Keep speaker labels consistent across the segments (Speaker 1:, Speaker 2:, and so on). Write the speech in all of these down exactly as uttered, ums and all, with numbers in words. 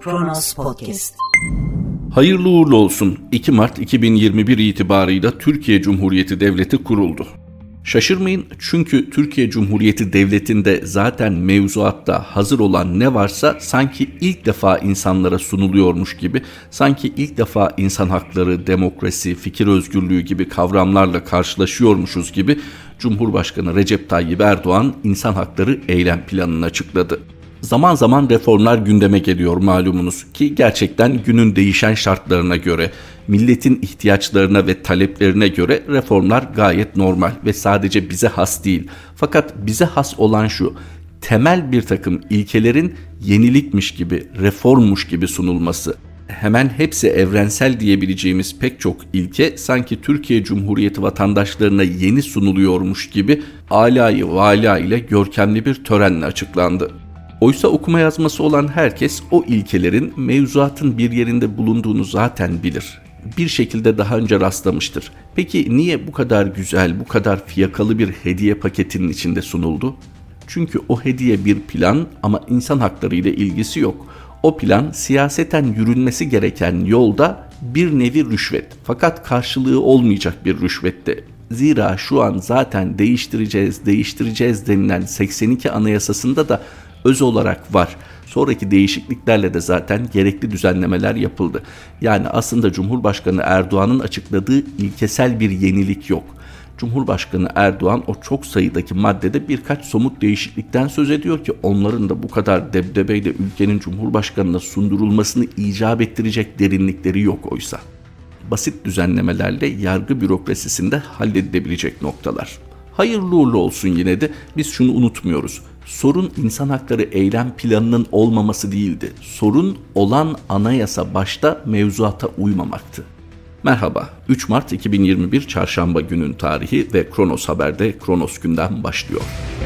Speaker 1: Kronos Podcast.
Speaker 2: Hayırlı uğurlu olsun. iki Mart iki bin yirmi bir itibarıyla Türkiye Cumhuriyeti Devleti kuruldu. Şaşırmayın, çünkü Türkiye Cumhuriyeti Devleti'nde zaten mevzuatta hazır olan ne varsa sanki ilk defa insanlara sunuluyormuş gibi, sanki ilk defa insan hakları, demokrasi, fikir özgürlüğü gibi kavramlarla karşılaşıyormuşuz gibi Cumhurbaşkanı Recep Tayyip Erdoğan insan hakları eylem planını açıkladı. Zaman zaman reformlar gündeme geliyor malumunuz ki gerçekten günün değişen şartlarına göre, milletin ihtiyaçlarına ve taleplerine göre reformlar gayet normal ve sadece bize has değil. Fakat bize has olan şu: temel bir takım ilkelerin yenilikmiş gibi, reformmuş gibi sunulması. Hemen hepsi evrensel diyebileceğimiz pek çok ilke sanki Türkiye Cumhuriyeti vatandaşlarına yeni sunuluyormuş gibi alayı vala ile görkemli bir törenle açıklandı. Oysa okuma yazması olan herkes o ilkelerin mevzuatın bir yerinde bulunduğunu zaten bilir. Bir şekilde daha önce rastlamıştır. Peki niye bu kadar güzel, bu kadar fiyakalı bir hediye paketinin içinde sunuldu? Çünkü o hediye bir plan ama insan hakları ile ilgisi yok. O plan siyaseten yürünmesi gereken yolda bir nevi rüşvet. Fakat karşılığı olmayacak bir rüşvette. Zira şu an zaten değiştireceğiz, değiştireceğiz denilen seksen iki Anayasasında da öz olarak var. Sonraki değişikliklerle de zaten gerekli düzenlemeler yapıldı. Yani aslında Cumhurbaşkanı Erdoğan'ın açıkladığı ilkesel bir yenilik yok. Cumhurbaşkanı Erdoğan o çok sayıdaki maddede birkaç somut değişiklikten söz ediyor ki onların da bu kadar debdebeyle ülkenin Cumhurbaşkanı'na sundurulmasını icap ettirecek derinlikleri yok oysa. Basit düzenlemelerle yargı bürokrasisinde halledilebilecek noktalar. Hayırlı uğurlu olsun yine de biz şunu unutmuyoruz. Sorun insan hakları eylem planının olmaması değildi. Sorun olan anayasa başta mevzuata uymamaktı. Merhaba, üç Mart iki bin yirmi bir Çarşamba günün tarihi ve Kronos Haber'de Kronos gündem başlıyor.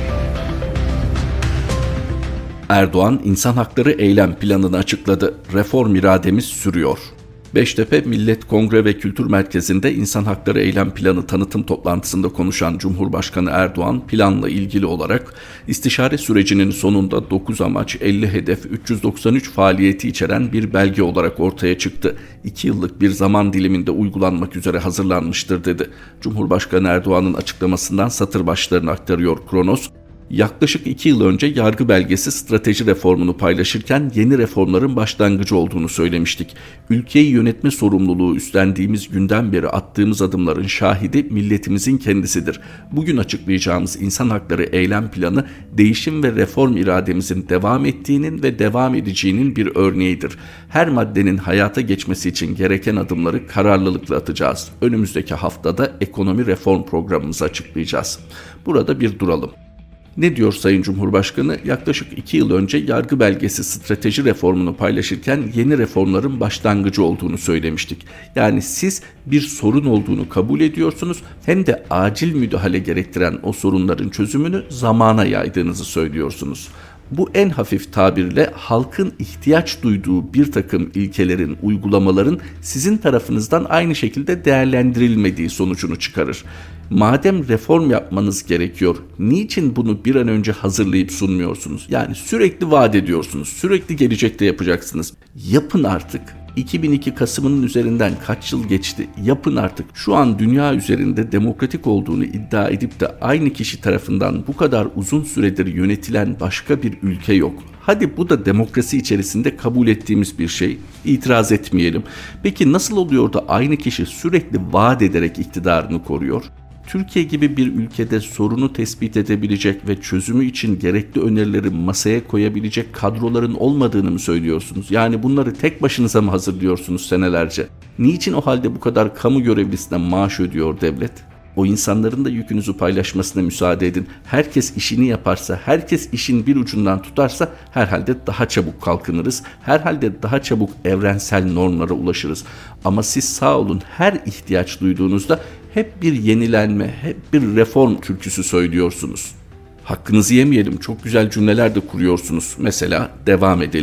Speaker 2: Erdoğan insan hakları eylem planını açıkladı. Reform irademiz sürüyor. Beştepe Millet Kongre ve Kültür Merkezi'nde İnsan Hakları Eylem Planı tanıtım toplantısında konuşan Cumhurbaşkanı Erdoğan, planla ilgili olarak istişare sürecinin sonunda dokuz amaç, elli hedef, üç yüz doksan üç faaliyeti içeren bir belge olarak ortaya çıktı. iki yıllık bir zaman diliminde uygulanmak üzere hazırlanmıştır dedi. Cumhurbaşkanı Erdoğan'ın açıklamasından satır başlarını aktarıyor Kronos. Yaklaşık iki yıl önce yargı belgesi strateji reformunu paylaşırken yeni reformların başlangıcı olduğunu söylemiştik. Ülkeyi yönetme sorumluluğu üstlendiğimiz günden beri attığımız adımların şahidi milletimizin kendisidir. Bugün açıklayacağımız insan hakları eylem planı değişim ve reform irademizin devam ettiğinin ve devam edeceğinin bir örneğidir. Her maddenin hayata geçmesi için gereken adımları kararlılıkla atacağız. Önümüzdeki haftada ekonomi reform programımızı açıklayacağız. Burada bir duralım. Ne diyor Sayın Cumhurbaşkanı? Yaklaşık iki yıl önce yargı belgesi strateji reformunu paylaşırken yeni reformların başlangıcı olduğunu söylemiştik. Yani siz bir sorun olduğunu kabul ediyorsunuz, hem de acil müdahale gerektiren o sorunların çözümünü zamana yaydığınızı söylüyorsunuz. Bu en hafif tabirle halkın ihtiyaç duyduğu bir takım ilkelerin, uygulamaların sizin tarafınızdan aynı şekilde değerlendirilmediği sonucunu çıkarır. Madem reform yapmanız gerekiyor, niçin bunu bir an önce hazırlayıp sunmuyorsunuz? Yani sürekli vaat ediyorsunuz, sürekli gelecekte yapacaksınız. Yapın artık. iki bin iki Kasım'ının üzerinden kaç yıl geçti? Yapın artık. Şu an dünya üzerinde demokratik olduğunu iddia edip de aynı kişi tarafından bu kadar uzun süredir yönetilen başka bir ülke yok. Hadi bu da demokrasi içerisinde kabul ettiğimiz bir şey. İtiraz etmeyelim. Peki nasıl oluyor da aynı kişi sürekli vaat ederek iktidarını koruyor? Türkiye gibi bir ülkede sorunu tespit edebilecek ve çözümü için gerekli önerileri masaya koyabilecek kadroların olmadığını mı söylüyorsunuz? Yani bunları tek başınıza mı hazırlıyorsunuz senelerce? Niçin o halde bu kadar kamu görevlisine maaş ödüyor devlet? O insanların da yükünüzü paylaşmasına müsaade edin. Herkes işini yaparsa, herkes işin bir ucundan tutarsa herhalde daha çabuk kalkınırız. Herhalde daha çabuk evrensel normlara ulaşırız. Ama siz sağ olun, her ihtiyaç duyduğunuzda hep bir yenilenme, hep bir reform türküsü söylüyorsunuz. Hakkınızı yemeyelim, çok güzel cümleler de kuruyorsunuz. Mesela devam edelim.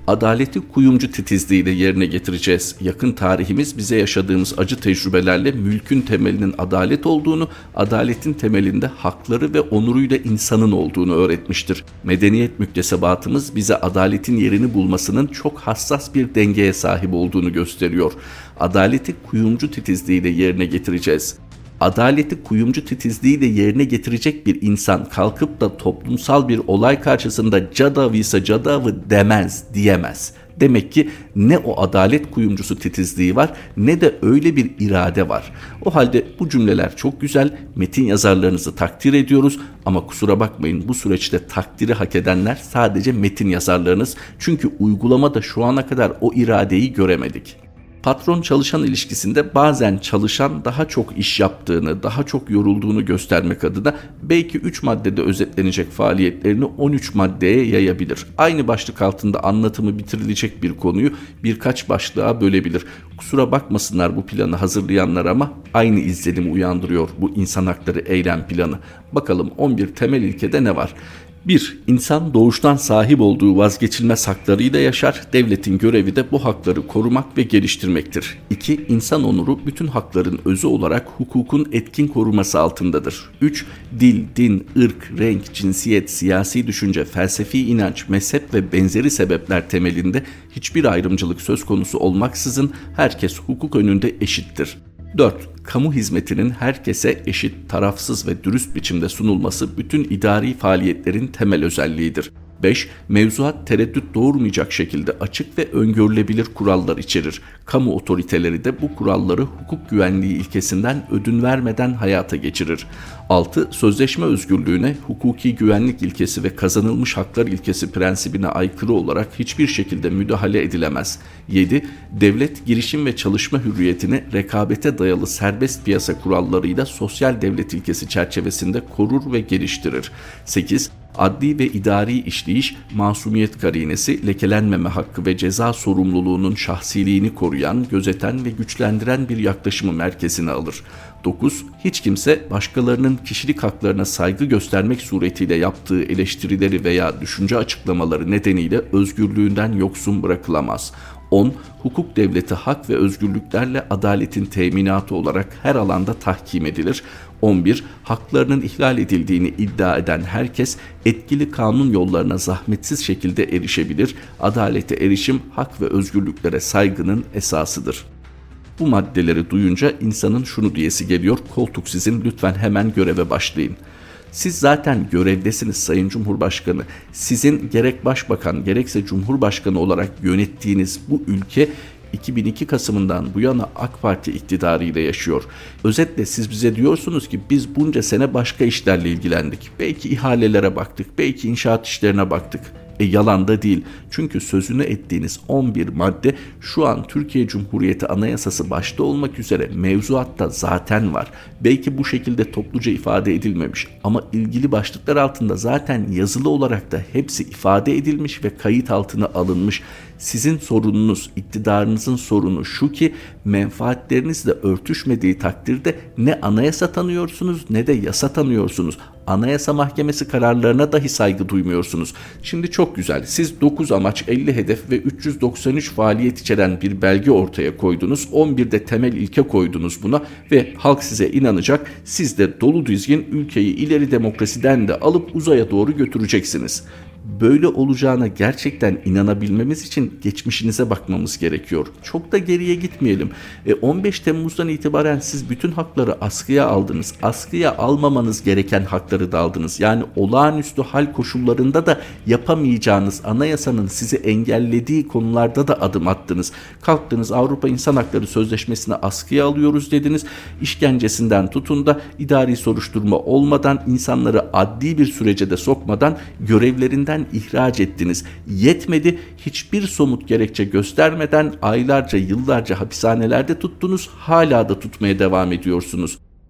Speaker 2: Adaleti kuyumcu titizliğiyle yerine getireceğiz. Yakın tarihimiz bize yaşadığımız acı tecrübelerle mülkün temelinin adalet olduğunu, adaletin temelinde hakları ve onuruyla insanın olduğunu öğretmiştir. Medeniyet müktesebatımız bize adaletin yerini bulmasının çok hassas bir dengeye sahip olduğunu gösteriyor. Adaleti kuyumcu titizliğiyle yerine getireceğiz. Adaleti kuyumcu titizliğiyle yerine getirecek bir insan kalkıp da toplumsal bir olay karşısında cadavıysa cadavı demez, diyemez. Demek ki ne o adalet kuyumcusu titizliği var ne de öyle bir irade var. O halde bu cümleler çok güzel, metin yazarlarınızı takdir ediyoruz ama kusura bakmayın, bu süreçte takdiri hak edenler sadece metin yazarlarınız. Çünkü uygulamada şu ana kadar o iradeyi göremedik. Patron-çalışan ilişkisinde bazen çalışan daha çok iş yaptığını, daha çok yorulduğunu göstermek adına belki üç maddede özetlenecek faaliyetlerini on üç maddeye yayabilir. Aynı başlık altında anlatımı bitirilecek bir konuyu birkaç başlığa bölebilir. Kusura bakmasınlar bu planı hazırlayanlar ama aynı izlenimi uyandırıyor bu insan hakları eylem planı. Bakalım on bir temel ilkede ne var? bir. İnsan doğuştan sahip olduğu vazgeçilmez haklarıyla yaşar. Devletin görevi de bu hakları korumak ve geliştirmektir. iki. İnsan onuru bütün hakların özü olarak hukukun etkin koruması altındadır. üç. Dil, din, ırk, renk, cinsiyet, siyasi düşünce, felsefi inanç, mezhep ve benzeri sebepler temelinde hiçbir ayrımcılık söz konusu olmaksızın herkes hukuk önünde eşittir. dört. Kamu hizmetinin herkese eşit, tarafsız ve dürüst biçimde sunulması bütün idari faaliyetlerin temel özelliğidir. beş. Mevzuat tereddüt doğurmayacak şekilde açık ve öngörülebilir kurallar içerir. Kamu otoriteleri de bu kuralları hukuk güvenliği ilkesinden ödün vermeden hayata geçirir. altı. Sözleşme özgürlüğüne, hukuki güvenlik ilkesi ve kazanılmış haklar ilkesi prensibine aykırı olarak hiçbir şekilde müdahale edilemez. yedi. Devlet girişim ve çalışma hürriyetini rekabete dayalı serbest piyasa kurallarıyla sosyal devlet ilkesi çerçevesinde korur ve geliştirir. sekiz. Adli ve idari işleyiş, masumiyet karinesi, lekelenmeme hakkı ve ceza sorumluluğunun şahsiliğini koruyan, gözeten ve güçlendiren bir yaklaşımı merkezine alır. dokuz. Hiç kimse başkalarının kişilik haklarına saygı göstermek suretiyle yaptığı eleştirileri veya düşünce açıklamaları nedeniyle özgürlüğünden yoksun bırakılamaz. on. Hukuk devleti hak ve özgürlüklerle adaletin teminatı olarak her alanda tahkim edilir. on bir. Haklarının ihlal edildiğini iddia eden herkes etkili kanun yollarına zahmetsiz şekilde erişebilir. Adalete erişim hak ve özgürlüklere saygının esasıdır. Bu maddeleri duyunca insanın şunu diyesi geliyor: koltuk sizin, lütfen hemen göreve başlayın. Siz zaten görevdesiniz Sayın Cumhurbaşkanı. Sizin gerek Başbakan gerekse Cumhurbaşkanı olarak yönettiğiniz bu ülke iki bin iki Kasım'ından bu yana AK Parti iktidarıyla yaşıyor. Özetle siz bize diyorsunuz ki biz bunca sene başka işlerle ilgilendik. Belki ihalelere baktık, belki inşaat işlerine baktık. E yalan da değil. Çünkü sözünü ettiğiniz on bir madde şu an Türkiye Cumhuriyeti Anayasası başta olmak üzere mevzuatta zaten var. Belki bu şekilde topluca ifade edilmemiş ama ilgili başlıklar altında zaten yazılı olarak da hepsi ifade edilmiş ve kayıt altına alınmış. Sizin sorununuz, iktidarınızın sorunu şu ki menfaatlerinizle örtüşmediği takdirde ne anayasa tanıyorsunuz ne de yasa tanıyorsunuz. Anayasa Mahkemesi kararlarına dahi saygı duymuyorsunuz. Şimdi çok güzel. Siz dokuz amaç, elli hedef ve üç yüz doksan üç faaliyet içeren bir belge ortaya koydunuz. on bir de temel ilke koydunuz buna ve halk size inanacak. Siz de dolu dizgin ülkeyi ileri demokrasiden de alıp uzaya doğru götüreceksiniz. Böyle olacağına gerçekten inanabilmemiz için geçmişinize bakmamız gerekiyor. Çok da geriye gitmeyelim. E on beş Temmuz'dan itibaren siz bütün hakları askıya aldınız. Askıya almamanız gereken hakları da aldınız. Yani olağanüstü hal koşullarında da yapamayacağınız, anayasanın sizi engellediği konularda da adım attınız. Kalktınız, Avrupa İnsan Hakları Sözleşmesi'ni askıya alıyoruz dediniz. İşkencesinden tutun da idari soruşturma olmadan, insanları adli bir sürece de sokmadan görevlerinden ihraç ettiniz. Yetmedi, hiçbir somut gerekçe göstermeden aylarca, yıllarca hapishanelerde tuttunuz, hala da tutmaya devam ediyorsunuz.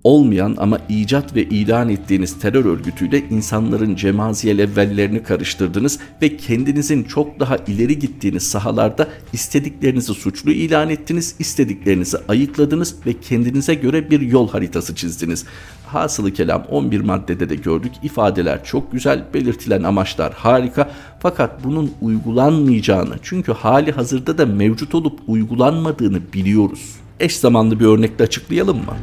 Speaker 2: Olmayan ama icat ve ilan ettiğiniz terör örgütüyle insanların cemaziyel evvellerini karıştırdınız ve kendinizin çok daha ileri gittiğiniz sahalarda istediklerinizi suçlu ilan ettiniz, istediklerinizi ayıkladınız ve kendinize göre bir yol haritası çizdiniz. Hasılı kelam on bir maddede de gördük, ifadeler çok güzel, belirtilen amaçlar harika, fakat bunun uygulanmayacağını, çünkü hali hazırda da mevcut olup uygulanmadığını biliyoruz. Eş zamanlı bir örnekle açıklayalım mı?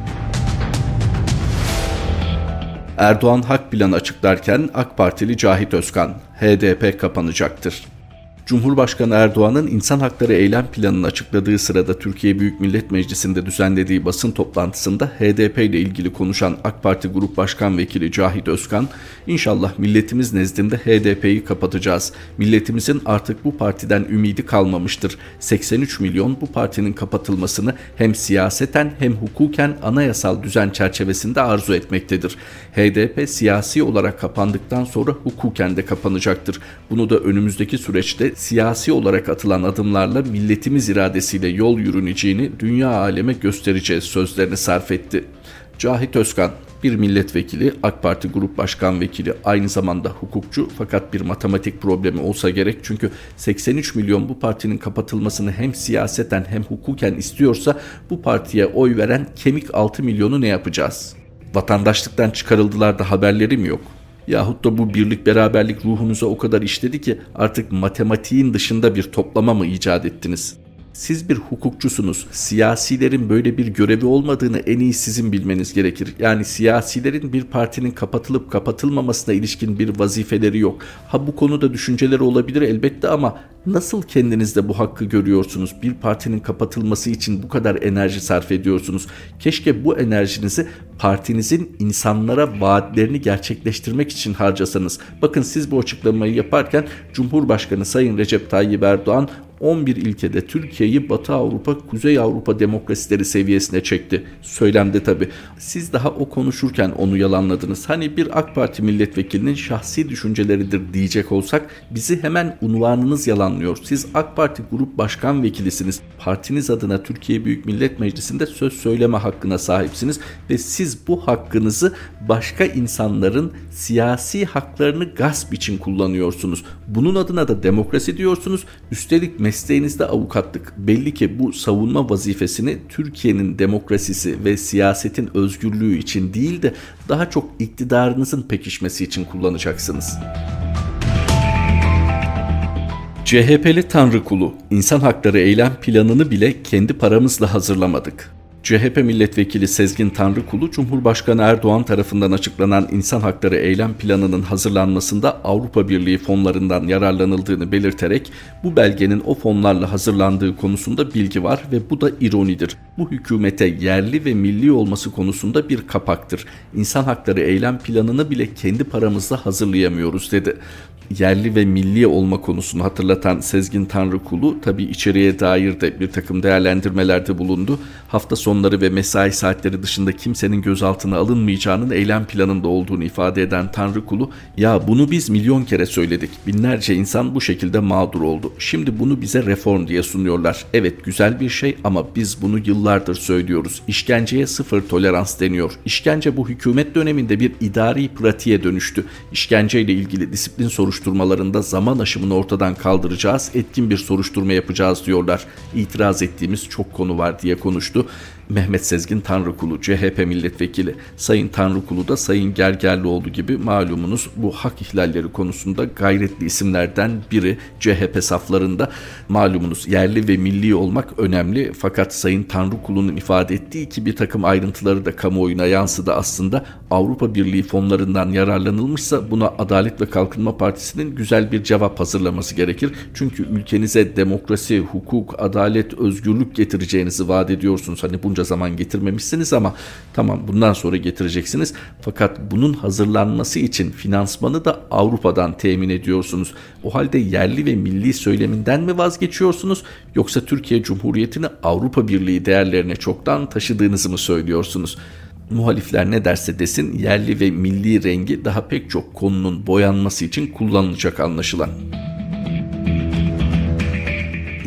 Speaker 2: Erdoğan hak planı açıklarken AK Partili Cahit Özkan, H D P kapanacaktır. Cumhurbaşkanı Erdoğan'ın insan hakları eylem planını açıkladığı sırada Türkiye Büyük Millet Meclisi'nde düzenlediği basın toplantısında H D P ile ilgili konuşan AK Parti Grup Başkan Vekili Cahit Özkan, "İnşallah milletimiz nezdinde H D P'yi kapatacağız. Milletimizin artık bu partiden ümidi kalmamıştır. seksen üç milyon bu partinin kapatılmasını hem siyaseten hem hukuken anayasal düzen çerçevesinde arzu etmektedir. H D P siyasi olarak kapandıktan sonra hukuken de kapanacaktır. Bunu da önümüzdeki süreçte siyasi olarak atılan adımlarla milletimiz iradesiyle yol yürüneceğini dünya aleme göstereceğiz" sözlerini sarf etti. Cahit Özkan, bir milletvekili, AK Parti Grup Başkan Vekili, aynı zamanda hukukçu, fakat bir matematik problemi olsa gerek, çünkü seksen üç milyon bu partinin kapatılmasını hem siyaseten hem hukuken istiyorsa bu partiye oy veren kemik altı milyonu ne yapacağız? Vatandaşlıktan çıkarıldılar da haberleri mi yok? Yahut da bu birlik beraberlik ruhunuza o kadar işledi ki artık matematiğin dışında bir toplama mı icat ettiniz? Siz bir hukukçusunuz. Siyasilerin böyle bir görevi olmadığını en iyi sizin bilmeniz gerekir. Yani siyasilerin bir partinin kapatılıp kapatılmamasına ilişkin bir vazifeleri yok. Ha, bu konuda düşünceleri olabilir elbette, ama nasıl kendinizde bu hakkı görüyorsunuz? Bir partinin kapatılması için bu kadar enerji sarf ediyorsunuz. Keşke bu enerjinizi partinizin insanlara vaatlerini gerçekleştirmek için harcasanız. Bakın, siz bu açıklamayı yaparken Cumhurbaşkanı Sayın Recep Tayyip Erdoğan on bir ilkede Türkiye'yi Batı Avrupa, Kuzey Avrupa demokrasileri seviyesine çekti. Söylemde tabii. Siz daha o konuşurken onu yalanladınız. Hani bir AK Parti milletvekilinin şahsi düşünceleridir diyecek olsak bizi hemen unvanınız yalanlıyor. Siz AK Parti Grup Başkan Vekilisiniz. Partiniz adına Türkiye Büyük Millet Meclisi'nde söz söyleme hakkına sahipsiniz ve siz bu hakkınızı başka insanların siyasi haklarını gasp için kullanıyorsunuz. Bunun adına da demokrasi diyorsunuz. Üstelik mesleğinizde avukatlık. Belli ki bu savunma vazifesini Türkiye'nin demokrasisi ve siyasetin özgürlüğü için değil de daha çok iktidarınızın pekişmesi için kullanacaksınız. C H P'li Tanrı Kulu, insan hakları eylem planını bile kendi paramızla hazırlamadık. C H P milletvekili Sezgin Tanrıkulu, Cumhurbaşkanı Erdoğan tarafından açıklanan insan hakları eylem planının hazırlanmasında Avrupa Birliği fonlarından yararlanıldığını belirterek bu belgenin o fonlarla hazırlandığı konusunda bilgi var ve bu da ironidir. Bu hükümete yerli ve milli olması konusunda bir kapaktır. İnsan hakları eylem planını bile kendi paramızla hazırlayamıyoruz dedi. Yerli ve milli olma konusunu hatırlatan Sezgin Tanrıkulu tabii içeriye dair de bir takım değerlendirmelerde bulundu. Hafta sonları ve mesai saatleri dışında kimsenin gözaltına alınmayacağının eylem planında olduğunu ifade eden Tanrıkulu, "Ya bunu biz milyon kere söyledik. Binlerce insan bu şekilde mağdur oldu. Şimdi bunu bize reform diye sunuyorlar. Evet, güzel bir şey ama biz bunu yıllardır söylüyoruz. İşkenceye sıfır tolerans deniyor. İşkence bu hükümet döneminde bir idari pratiğe dönüştü. İşkenceyle ilgili disiplin soruşturmalarında zaman aşımını ortadan kaldıracağız, etkin bir soruşturma yapacağız diyorlar. İtiraz ettiğimiz çok konu var" diye konuştu. Mehmet Sezgin Tanrıkulu, C H P milletvekili. Sayın Tanrıkulu da Sayın Gergerlioğlu gibi malumunuz bu hak ihlalleri konusunda gayretli isimlerden biri. C H P saflarında malumunuz yerli ve milli olmak önemli, fakat Sayın Tanrıkulu'nun ifade ettiği ki bir takım ayrıntıları da kamuoyuna yansıdı aslında. Avrupa Birliği fonlarından yararlanılmışsa buna Adalet ve Kalkınma Partisi'nin güzel bir cevap hazırlaması gerekir. Çünkü ülkenize demokrasi, hukuk, adalet, özgürlük getireceğinizi vaat ediyorsunuz. Hani bunca zaman getirmemişsiniz ama tamam, bundan sonra getireceksiniz. Fakat bunun hazırlanması için finansmanı da Avrupa'dan temin ediyorsunuz. O halde yerli ve milli söyleminden mi vazgeçiyorsunuz, yoksa Türkiye Cumhuriyeti'ni Avrupa Birliği değerlerine çoktan taşıdığınızı mı söylüyorsunuz? Muhalifler ne derse desin yerli ve milli rengi daha pek çok konunun boyanması için kullanılacak anlaşılan.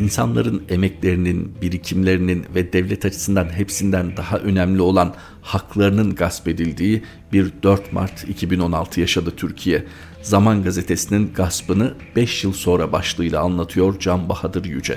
Speaker 2: İnsanların emeklerinin, birikimlerinin ve devlet açısından hepsinden daha önemli olan haklarının gasp edildiği bir dört Mart iki bin on altı yaşadı Türkiye. Zaman Gazetesi'nin gaspını beş yıl sonra başlığıyla anlatıyor Can Bahadır Yüce.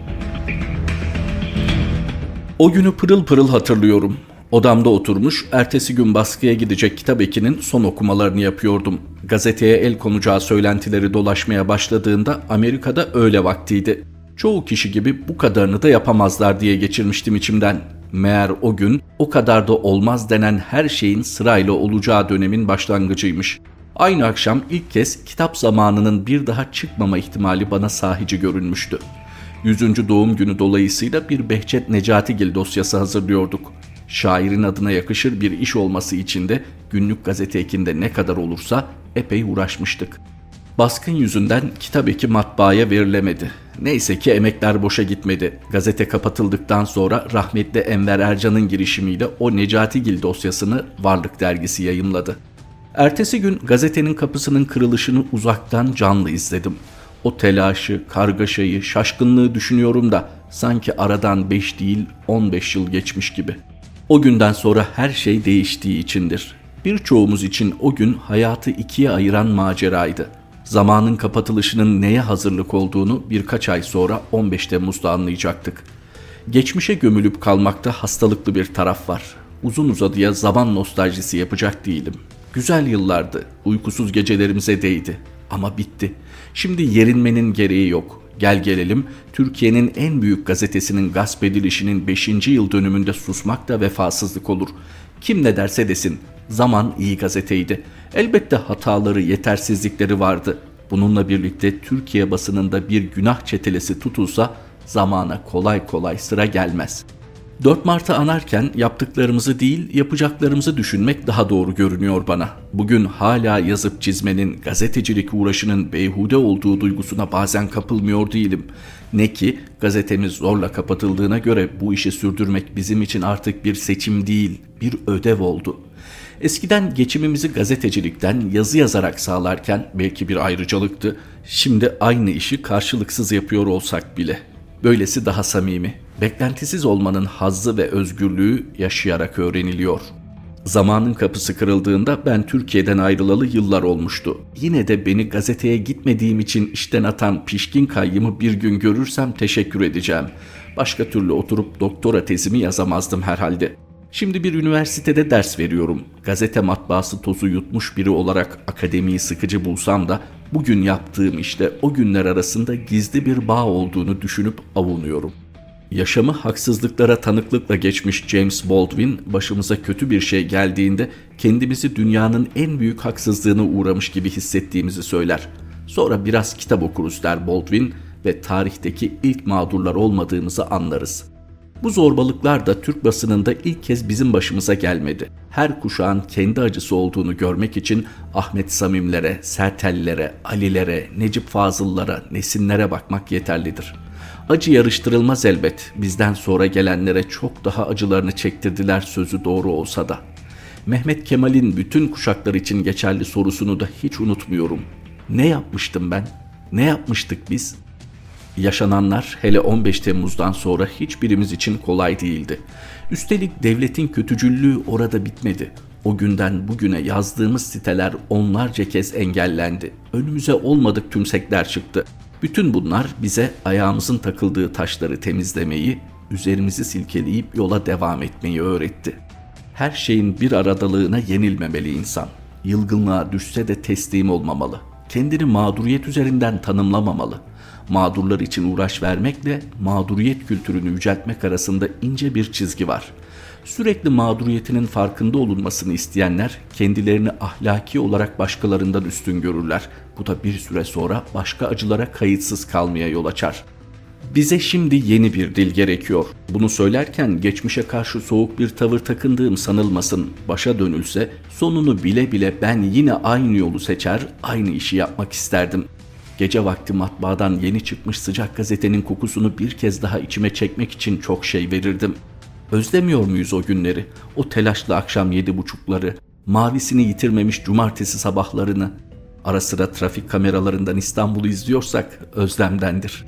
Speaker 2: O günü pırıl pırıl hatırlıyorum. Odamda oturmuş, ertesi gün baskıya gidecek kitap ekinin son okumalarını yapıyordum. Gazeteye el konacağı söylentileri dolaşmaya başladığında Amerika'da öğle vaktiydi. Çoğu kişi gibi bu kadarını da yapamazlar diye geçirmiştim içimden. Meğer o gün o kadar da olmaz denen her şeyin sırayla olacağı dönemin başlangıcıymış. Aynı akşam ilk kez kitap zamanının bir daha çıkmama ihtimali bana sahici görünmüştü. yüzüncü doğum günü dolayısıyla bir Behçet Necatigil dosyası hazırlıyorduk. Şairin adına yakışır bir iş olması için de günlük gazete ekinde ne kadar olursa epey uğraşmıştık. Baskın yüzünden kitap eki matbaaya verilemedi. Neyse ki emekler boşa gitmedi. Gazete kapatıldıktan sonra rahmetli Enver Ercan'ın girişimiyle o Necatigil dosyasını Varlık dergisi yayımladı. Ertesi gün gazetenin kapısının kırılışını uzaktan canlı izledim. O telaşı, kargaşayı, şaşkınlığı düşünüyorum da sanki aradan beş değil on beş yıl geçmiş gibi. O günden sonra her şey değiştiği içindir. Birçoğumuz için o gün hayatı ikiye ayıran maceraydı. Zamanın kapatılışının neye hazırlık olduğunu birkaç ay sonra on beş Temmuz'da anlayacaktık. Geçmişe gömülüp kalmakta hastalıklı bir taraf var. Uzun uzadıya zaman nostaljisi yapacak değilim. Güzel yıllardı, uykusuz gecelerimize değdi. Ama bitti. Şimdi yerinmenin gereği yok. Gel gelelim, Türkiye'nin en büyük gazetesinin gasp edilişinin beşinci yıl dönümünde susmak da vefasızlık olur. Kim ne derse desin, Zaman iyi gazeteydi. Elbette hataları, yetersizlikleri vardı. Bununla birlikte Türkiye basınında bir günah çetelesi tutulsa Zaman'a kolay kolay sıra gelmez. dört Mart'ı anarken yaptıklarımızı değil, yapacaklarımızı düşünmek daha doğru görünüyor bana. Bugün hala yazıp çizmenin, gazetecilik uğraşının beyhude olduğu duygusuna bazen kapılmıyor değilim. Ne ki gazetemiz zorla kapatıldığına göre bu işi sürdürmek bizim için artık bir seçim değil, bir ödev oldu. Eskiden geçimimizi gazetecilikten yazı yazarak sağlarken belki bir ayrıcalıktı. Şimdi aynı işi karşılıksız yapıyor olsak bile. Böylesi daha samimi. Beklentisiz olmanın hazzı ve özgürlüğü yaşayarak öğreniliyor. Zamanın kapısı kırıldığında ben Türkiye'den ayrılalı yıllar olmuştu. Yine de beni gazeteye gitmediğim için işten atan pişkin kayyımı bir gün görürsem teşekkür edeceğim. Başka türlü oturup doktora tezimi yazamazdım herhalde. Şimdi bir üniversitede ders veriyorum. Gazete matbaası tozu yutmuş biri olarak akademiyi sıkıcı bulsam da bugün yaptığım işte o günler arasında gizli bir bağ olduğunu düşünüp avunuyorum. Yaşamı haksızlıklara tanıklıkla geçmiş James Baldwin, başımıza kötü bir şey geldiğinde kendimizi dünyanın en büyük haksızlığına uğramış gibi hissettiğimizi söyler. Sonra biraz kitap okuruz der Baldwin ve tarihteki ilk mağdurlar olmadığımızı anlarız. Bu zorbalıklar da Türk basınında ilk kez bizim başımıza gelmedi. Her kuşağın kendi acısı olduğunu görmek için Ahmet Samimlere, Sertellilere, Alilere, Necip Fazıllara, Nesinlere bakmak yeterlidir. Acı yarıştırılmaz elbet, bizden sonra gelenlere çok daha acılarını çektirdiler sözü doğru olsa da. Mehmet Kemal'in bütün kuşaklar için geçerli sorusunu da hiç unutmuyorum. Ne yapmıştım ben? Ne yapmıştık biz? Yaşananlar hele on beş Temmuz'dan sonra hiçbirimiz için kolay değildi. Üstelik devletin kötücüllüğü orada bitmedi. O günden bugüne yazdığımız siteler onlarca kez engellendi. Önümüze olmadık tümsekler çıktı. Bütün bunlar bize ayağımızın takıldığı taşları temizlemeyi, üzerimizi silkeleyip yola devam etmeyi öğretti. Her şeyin bir aradalığına yenilmemeli insan. Yılgınlığa düşse de teslim olmamalı. Kendini mağduriyet üzerinden tanımlamamalı. Mağdurlar için uğraş vermekle mağduriyet kültürünü yüceltmek arasında ince bir çizgi var. Sürekli mağduriyetinin farkında olunmasını isteyenler kendilerini ahlaki olarak başkalarından üstün görürler. Bu da bir süre sonra başka acılara kayıtsız kalmaya yol açar. Bize şimdi yeni bir dil gerekiyor. Bunu söylerken geçmişe karşı soğuk bir tavır takındığım sanılmasın. Başa dönülse sonunu bile bile ben yine aynı yolu seçer, aynı işi yapmak isterdim. Gece vakti matbaadan yeni çıkmış sıcak gazetenin kokusunu bir kez daha içime çekmek için çok şey verirdim. Özlemiyor muyuz o günleri, o telaşlı akşam yedi buçukları, mavisini yitirmemiş cumartesi sabahlarını? Ara sıra trafik kameralarından İstanbul'u izliyorsak özlemdendir.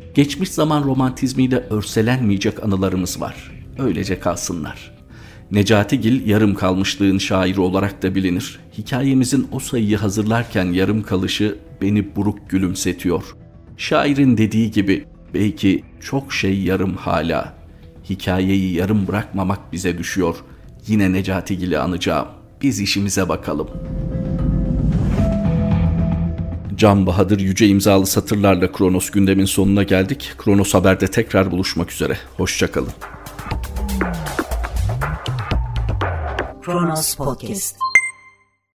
Speaker 2: Geçmiş zaman romantizmiyle örselenmeyecek anılarımız var. Öylece kalsınlar. Necatigil yarım kalmışlığın şairi olarak da bilinir. Hikayemizin o sayıyı hazırlarken yarım kalışı beni buruk gülümsetiyor. Şairin dediği gibi belki çok şey yarım hala. Hikayeyi yarım bırakmamak bize düşüyor. Yine Necatigil'i anacağım. Biz işimize bakalım. Can Bahadır Yüce imzalı satırlarla Kronos gündemin sonuna geldik. Kronos Haber'de tekrar buluşmak üzere. Hoşça kalın.
Speaker 1: Kronos Podcast.